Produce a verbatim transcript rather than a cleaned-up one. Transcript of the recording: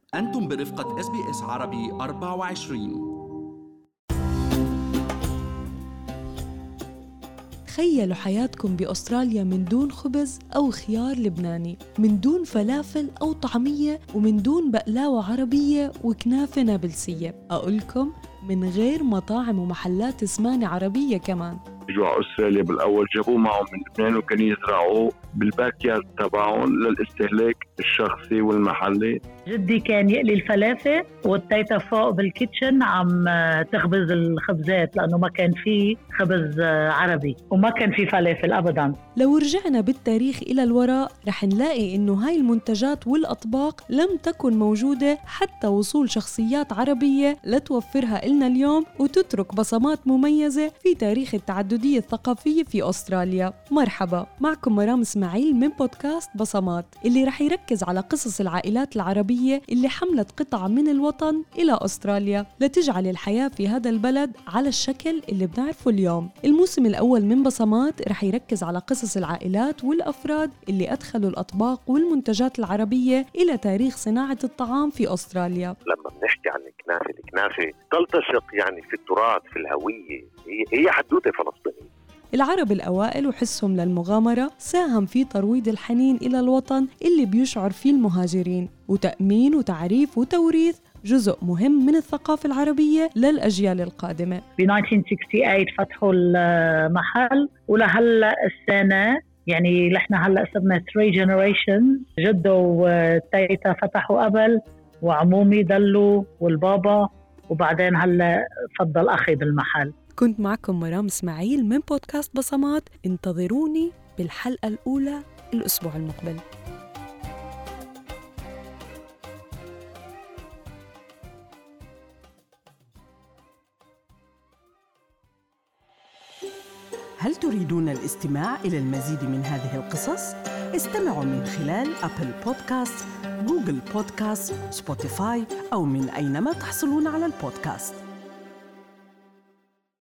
أنتم برفقة إس بي إس عربي أربعة وعشرين. تخيلوا حياتكم بأستراليا من دون خبز أو خيار لبناني، من دون فلافل أو طعمية، ومن دون بقلاوة عربية وكنافة نابلسية. أقولكم من غير مطاعم ومحلات سمانة عربية كمان. اجوا على استراليا بالاول جابوه معهم من لبنان وكانوا يزرعوه بالباك يارد تبعهم للاستهلاك الشخصي والمحلي. جدي كان يقلي الفلافل والتيتا فوق بالكيتشن عم تخبز الخبزات، لانه ما كان فيه خبز عربي وما كان فيه فلافل ابدا. لو رجعنا بالتاريخ الى الوراء رح نلاقي انه هاي المنتجات والاطباق لم تكن موجوده حتى وصول شخصيات عربيه لتوفرها لنا اليوم وتترك بصمات مميزه في تاريخ التعدديه الثقافيه في استراليا. مرحبا، معكم مرام اسماعيل من بودكاست بصمات، اللي رح يركز على قصص العائلات العربيه اللي حملت قطع من الوطن إلى أستراليا لتجعل الحياة في هذا البلد على الشكل اللي بنعرفه اليوم. الموسم الأول من بصمات رح يركز على قصص العائلات والأفراد اللي أدخلوا الأطباق والمنتجات العربية إلى تاريخ صناعة الطعام في أستراليا. لما بنحكي عن الكنافة، الكنافة تلتصق يعني في التراث، في الهوية، هي هي حدوتة فلسطينية. العرب الأوائل وحسهم للمغامرة ساهم في ترويض الحنين إلى الوطن اللي بيشعر فيه المهاجرين، وتأمين وتعريف وتوريث جزء مهم من الثقافة العربية للأجيال القادمة. ب ألف وتسعمية وثمانية وستين فتحوا المحل، ولهلأ السنة يعني لحنا هلأ صرنا three generations. جده وتيتا فتحوا قبل، وعمومي دلوا والبابا، وبعدين هلأ فضل أخي بالمحل. كنت معكم مرام اسماعيل من بودكاست بصمات. انتظروني بالحلقة الأولى الأسبوع المقبل. هل تريدون الاستماع إلى المزيد من هذه القصص؟ استمعوا من خلال أبل بودكاست، جوجل بودكاست، سبوتيفاي، أو من أينما تحصلون على البودكاست.